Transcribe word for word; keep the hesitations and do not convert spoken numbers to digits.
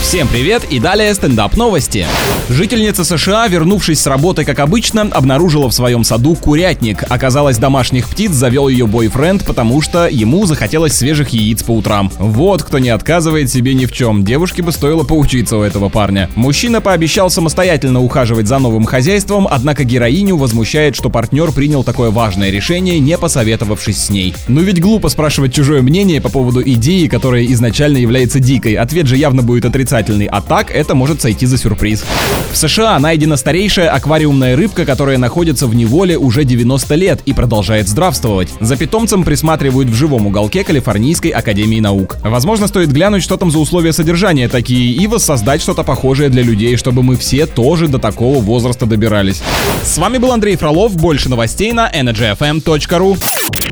Всем привет и далее стендап новости. Жительница США, вернувшись с работы как обычно, обнаружила в своем саду курятник. Оказалось, домашних птиц завел ее бойфренд, потому что ему захотелось свежих яиц по утрам. Вот кто не отказывает себе ни в чем. Девушке бы стоило поучиться у этого парня. Мужчина пообещал самостоятельно ухаживать за новым хозяйством, однако героиню возмущает, что партнер принял такое важное решение, не посоветовавшись с ней. Ну ведь глупо спрашивать чужое мнение по поводу идеи, которая изначально является дикой. Ответ же явно будет отрицательный, а так это может сойти за сюрприз. В США найдена старейшая аквариумная рыбка, которая находится в неволе уже девяносто лет и продолжает здравствовать. За питомцем присматривают в живом уголке Калифорнийской академии наук. Возможно, стоит глянуть, что там за условия содержания такие, и воссоздать что-то похожее для людей, чтобы мы все тоже до такого возраста добирались. С вами был Андрей Фролов. Больше новостей на energy f m точка ru.